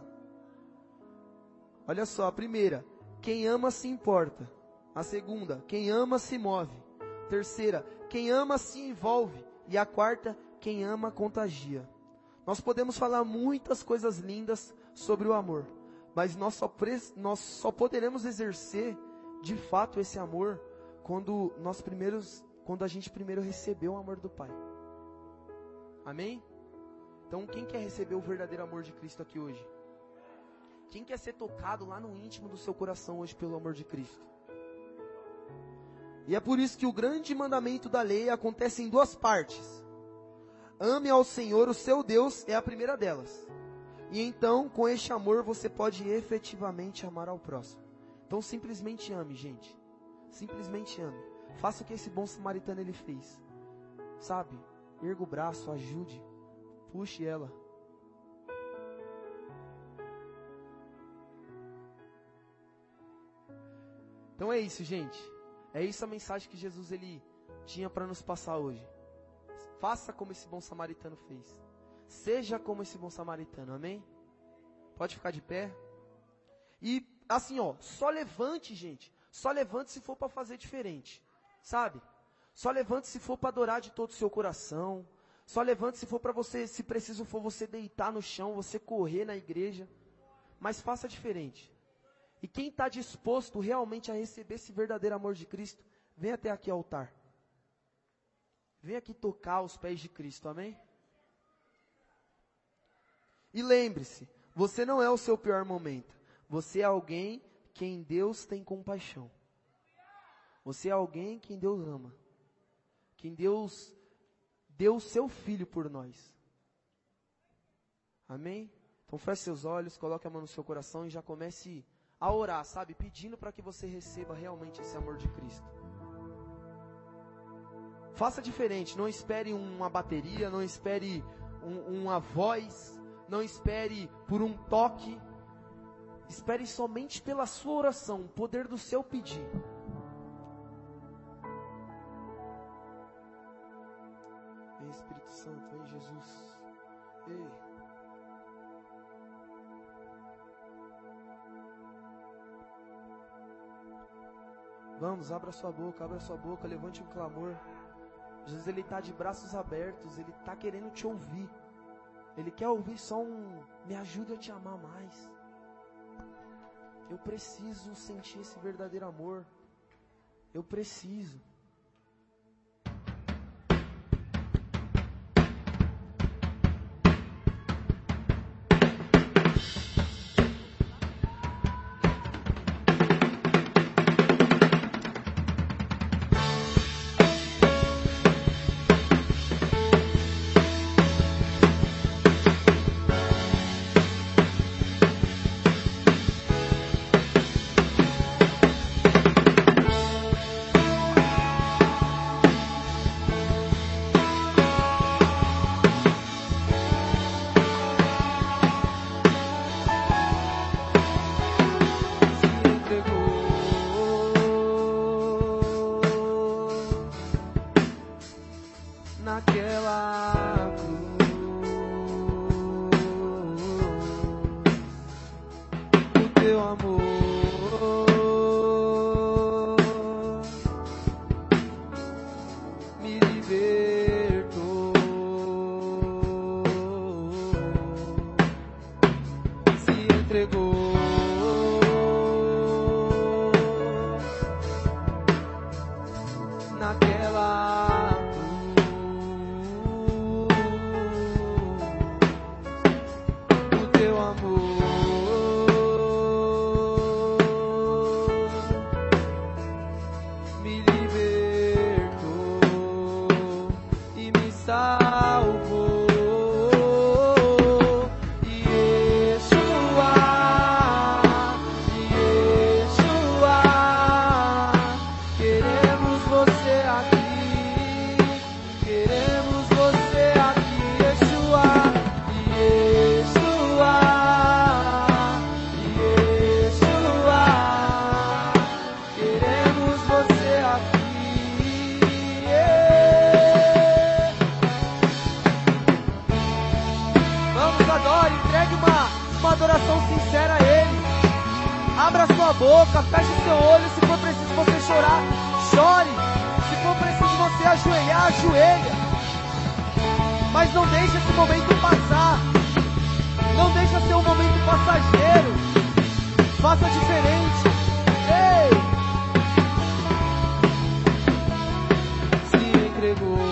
Olha só, a primeira, quem ama se importa. A segunda, quem ama se move. A terceira, quem ama se envolve. E a quarta, quem ama contagia. Nós podemos falar muitas coisas lindas sobre o amor. Mas nós só, pre- nós só poderemos exercer, de fato, esse amor quando, nós primeiros, quando a gente primeiro recebeu o amor do Pai. Amém? Então, quem quer receber o verdadeiro amor de Cristo aqui hoje? Quem quer ser tocado lá no íntimo do seu coração hoje pelo amor de Cristo? E é por isso que o grande mandamento da lei acontece em duas partes. Ame ao Senhor, o seu Deus, é a primeira delas. E então, com este amor, você pode efetivamente amar ao próximo. Então, simplesmente ame, gente. Simplesmente ame. Faça o que esse bom samaritano ele fez. Sabe? Erga o braço, ajude. Puxe ela. Então é isso, gente. É isso a mensagem que Jesus ele tinha para nos passar hoje. Faça como esse bom samaritano fez. Seja como esse bom samaritano, amém? Pode ficar de pé. E assim, ó, só levante, gente. Só levante se for para fazer diferente, sabe? Só levante se for para adorar de todo o seu coração. Só levante se for para você, se preciso for você deitar no chão, você correr na igreja. Mas faça diferente. E quem está disposto realmente a receber esse verdadeiro amor de Cristo, vem até aqui ao altar. Vem aqui tocar os pés de Cristo, amém? E lembre-se, você não é o seu pior momento. Você é alguém quem Deus tem compaixão. Você é alguém quem Deus ama. Quem Deus deu o seu filho por nós. Amém? Então feche seus olhos, coloque a mão no seu coração e já comece a orar, sabe? Pedindo para que você receba realmente esse amor de Cristo. Faça diferente, não espere uma bateria, não espere um, uma voz, não espere por um toque. Espere somente pela sua oração, o poder do seu pedir. Ei, Espírito Santo, vem Jesus. Ei. Vamos, abra sua boca, abra sua boca, levante um clamor. Jesus, Ele está de braços abertos, Ele está querendo te ouvir. Ele quer ouvir só um, me ajude a te amar mais. Eu preciso sentir esse verdadeiro amor. Eu preciso. entregou. Naquela cruz, o teu amor me libertou e me salvou. Adoração sincera a Ele. Abra sua boca, feche seu olho. Se for preciso você chorar, chore. Se for preciso você ajoelhar, ajoelha. Mas não deixe esse momento passar. Não deixe ser um momento passageiro. Faça diferente. Ei! Se entregou.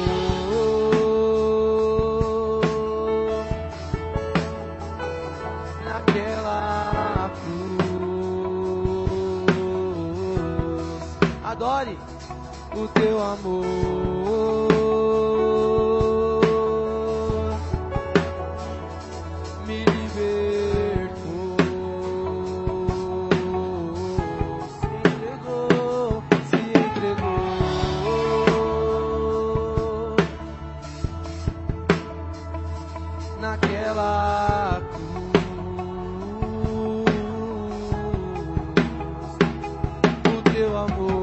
Adore o teu amor me libertou, se entregou, se entregou naquela cruz, o teu amor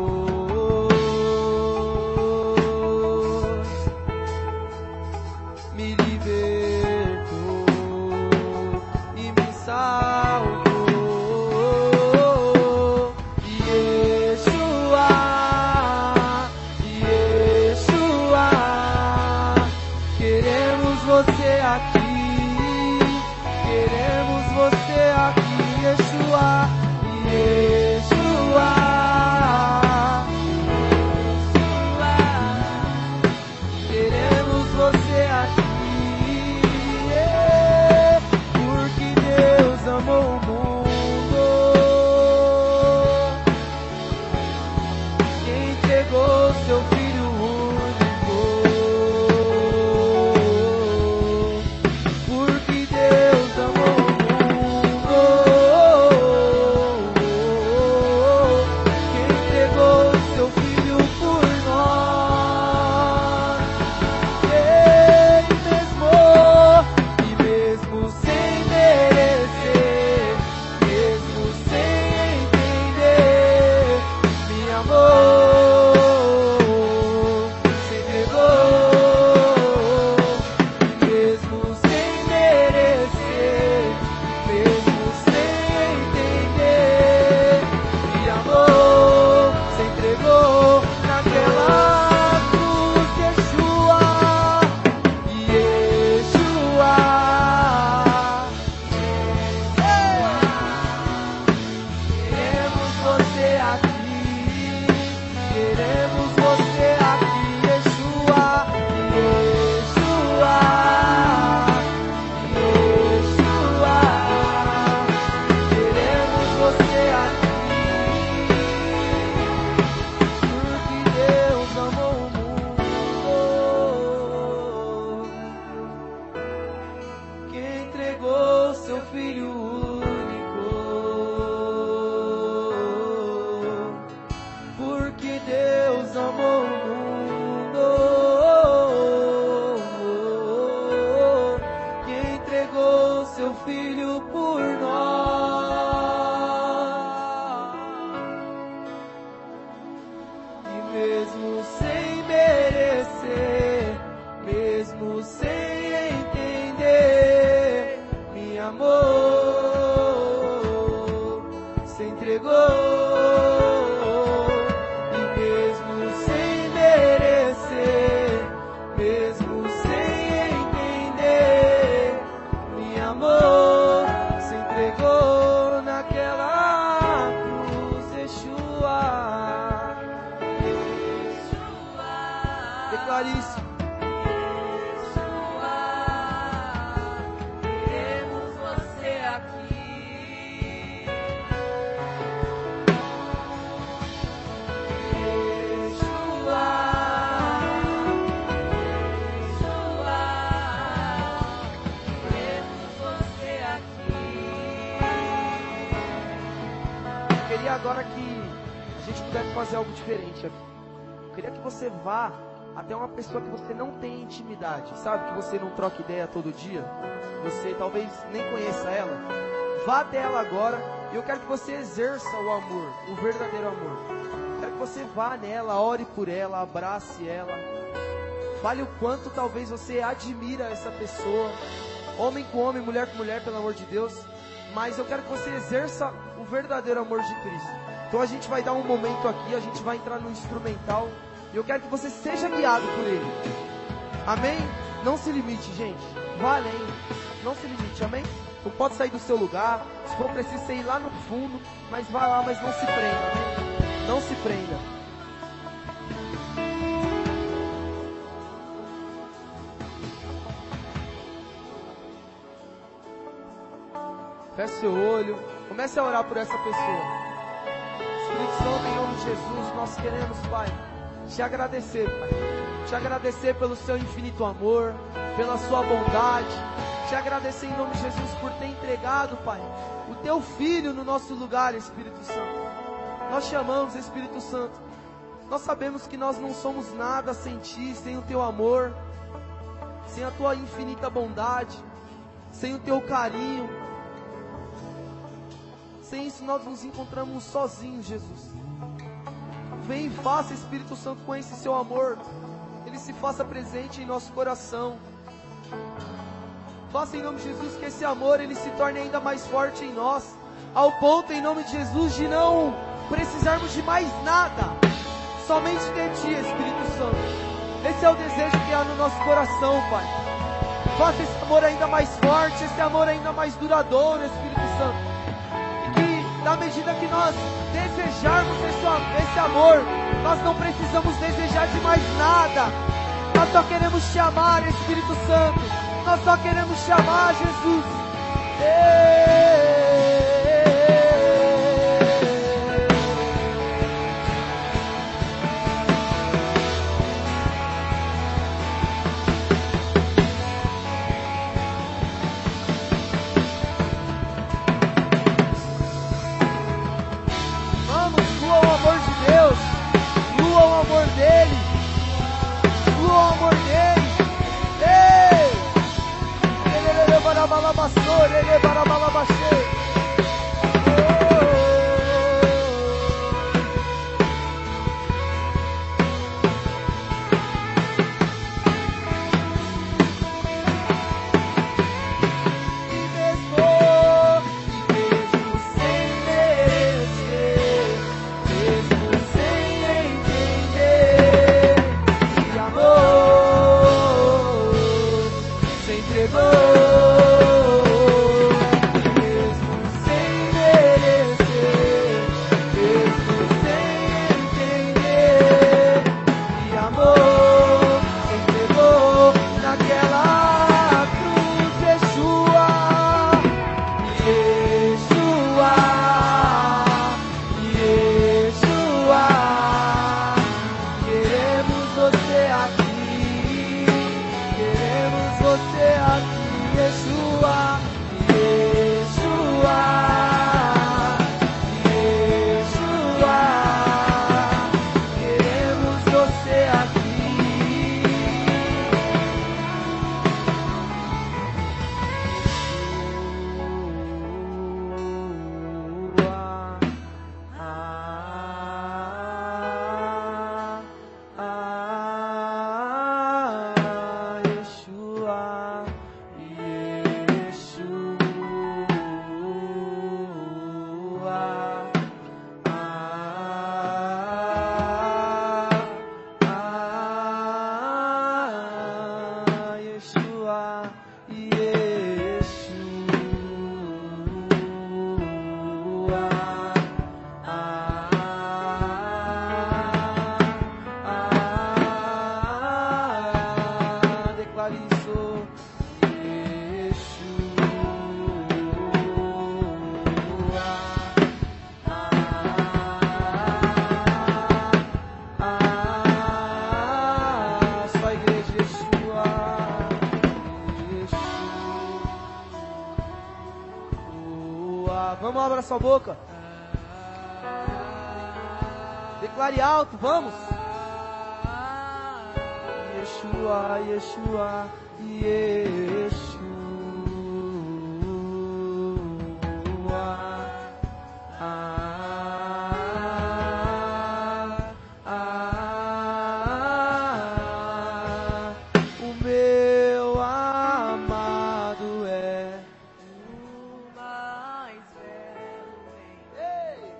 amor se entregou. aqui. Yeshua, Yeshua, queremos você aqui. Eu queria agora que a gente pudesse fazer algo diferente aqui. Eu queria que você vá até uma pessoa que você não tem intimidade, sabe? Que você não troca ideia todo dia. Você talvez nem conheça ela. Vá até ela agora e eu quero que você exerça o amor, o verdadeiro amor. Eu quero que você vá nela, ore por ela, abrace ela. Fale o quanto talvez você admira essa pessoa. Homem com homem, mulher com mulher, pelo amor de Deus. Mas eu quero que você exerça o verdadeiro amor de Cristo. Então a gente vai dar um momento aqui, a gente vai entrar no instrumental. E eu quero que você seja guiado por Ele. Amém? Não se limite, gente. Vá além. Não se limite, amém? Não pode sair do seu lugar. Se for preciso, você ir lá no fundo. Mas vá lá, mas não se prenda, amém? Não se prenda. Feche seu olho. Comece a orar por essa pessoa. Espírito Santo, em nome de Jesus, nós queremos, Pai, te agradecer, Pai. Te agradecer pelo seu infinito amor, pela sua bondade. Te agradecer em nome de Jesus por ter entregado, Pai, o teu Filho no nosso lugar, Espírito Santo. Nós chamamos, Espírito Santo. Nós sabemos que nós não somos nada sem Ti, sem o Teu amor, sem a Tua infinita bondade, sem o Teu carinho. Sem isso nós nos encontramos sozinhos, Jesus. Vem e faça, Espírito Santo, com esse seu amor, ele se faça presente em nosso coração. Faça em nome de Jesus que esse amor, ele se torne ainda mais forte em nós, ao ponto, em nome de Jesus, de não precisarmos de mais nada, somente de Ti, Espírito Santo. Esse é o desejo que há no nosso coração, Pai. Faça esse amor ainda mais forte, esse amor ainda mais duradouro, Espírito Santo. E que, na medida que nós desejarmos esse, esse amor, nós não precisamos desejar de mais nada. Nós só queremos Te amar, Espírito Santo. Nós só queremos Te amar, Jesus. Ei. Mesmo Yeshua. Vamos abrir sua boca. Declare alto, vamos. Yeshua, Yeshua, Yeshua. Ah, ah, o meu amado é o mais belo em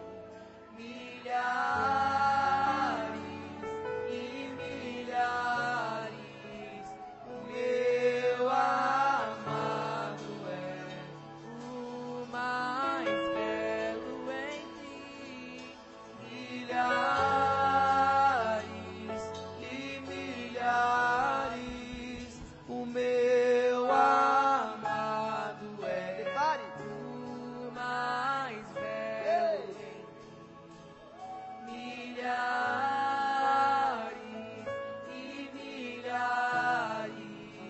milhares e milhares. O meu amado é o mais belo entre milhares e milhares. O meu amado é, declare, o mais belo entre milhares e milhares.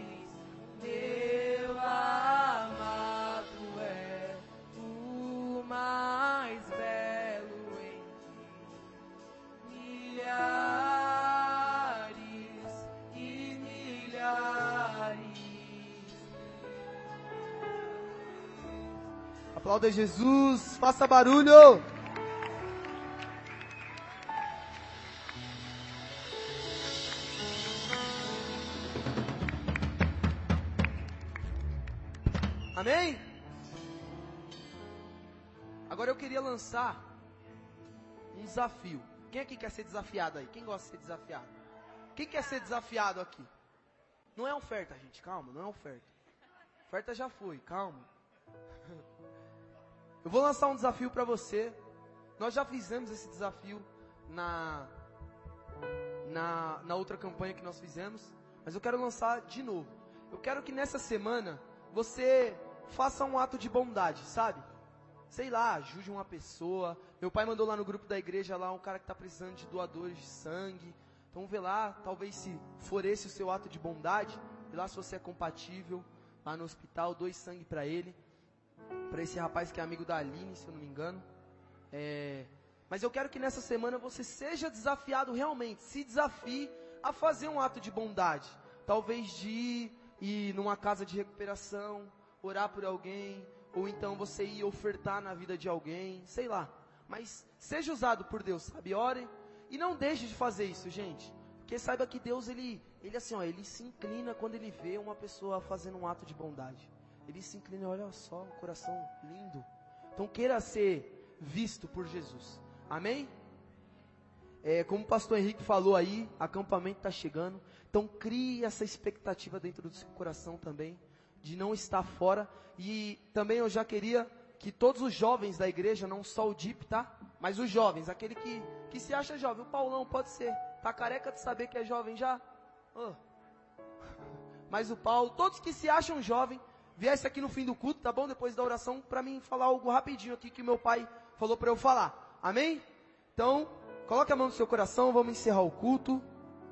Meu amado é o mais belo entre milhares e milhares. Aplauda Jesus, faça barulho. Amém? Agora eu queria lançar um desafio. Quem aqui quer ser desafiado aí? Quem gosta de ser desafiado? Quem quer ser desafiado aqui? Não é oferta, gente, calma, não é oferta. Oferta já foi, calma. Eu vou lançar um desafio para você. Nós já fizemos esse desafio na, na, na outra campanha que nós fizemos, mas eu quero lançar de novo. Eu quero que nessa semana você faça um ato de bondade, sabe? Sei lá, ajude uma pessoa. Meu pai mandou lá no grupo da igreja lá um cara que está precisando de doadores de sangue. Então vê lá, talvez se for esse o seu ato de bondade, vê lá se você é compatível lá no hospital, doe sangue para ele, para esse rapaz que é amigo da Aline, se eu não me engano. É... Mas eu quero que nessa semana você seja desafiado realmente, se desafie a fazer um ato de bondade. Talvez de ir, ir numa casa de recuperação, orar por alguém, ou então você ir ofertar na vida de alguém, sei lá. Mas seja usado por Deus, sabe? Ore e não deixe de fazer isso, gente. Porque saiba que Deus, ele, ele assim, ó, ele se inclina quando ele vê uma pessoa fazendo um ato de bondade. Ele se inclina, olha só, um coração lindo. Então queira ser visto por Jesus. Amém? É, como o pastor Henrique falou aí, acampamento está chegando. Então crie essa expectativa dentro do seu coração também, de não estar fora. E também eu já queria que todos os jovens da igreja, não só o D I P, tá? Mas os jovens, aquele que, que se acha jovem. O Paulão pode ser, tá careca de saber que é jovem já? Oh. Mas o Paulo, todos que se acham jovem, viesse aqui no fim do culto, tá bom? Depois da oração, para mim falar algo rapidinho aqui que meu pai falou para eu falar. Amém? Então, coloque a mão no seu coração, vamos encerrar o culto.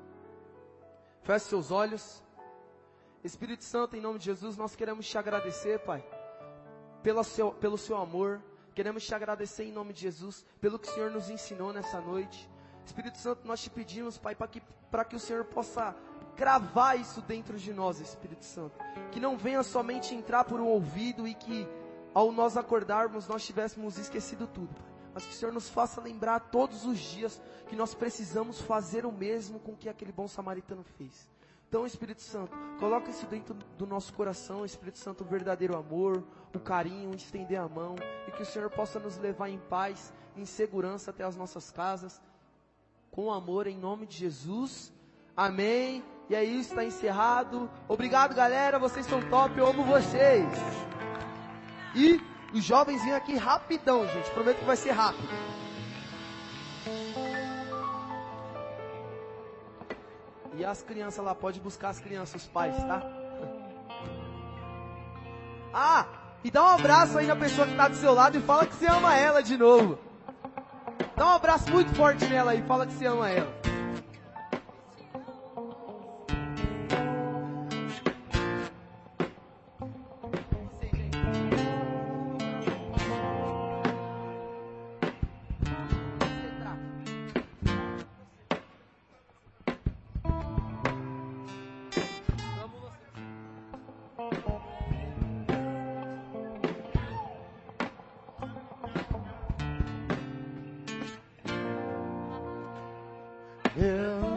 Feche seus olhos. Espírito Santo, em nome de Jesus, nós queremos te agradecer, Pai, pelo seu, pelo seu amor. Queremos te agradecer em nome de Jesus, pelo que o Senhor nos ensinou nessa noite. Espírito Santo, nós te pedimos, Pai, para que, para que o Senhor possa cravar isso dentro de nós, Espírito Santo. Que não venha somente entrar por um ouvido e que, ao nós acordarmos, nós tivéssemos esquecido tudo, Pai. Mas que o Senhor nos faça lembrar todos os dias que nós precisamos fazer o mesmo com que aquele bom samaritano fez. Então, Espírito Santo, coloca isso dentro do nosso coração, Espírito Santo, o verdadeiro amor, o carinho, estender a mão, e que o Senhor possa nos levar em paz, em segurança até as nossas casas, com amor, em nome de Jesus. Amém. E é isso, está encerrado. Obrigado, galera, vocês são top, eu amo vocês. E os jovens vêm aqui rapidão, gente, prometo que vai ser rápido. E as crianças lá, pode buscar as crianças, os pais, tá? Ah, e dá um abraço aí na pessoa que está do seu lado e fala que você ama ela de novo. Dá um abraço muito forte nela aí, fala que você ama ela. Eu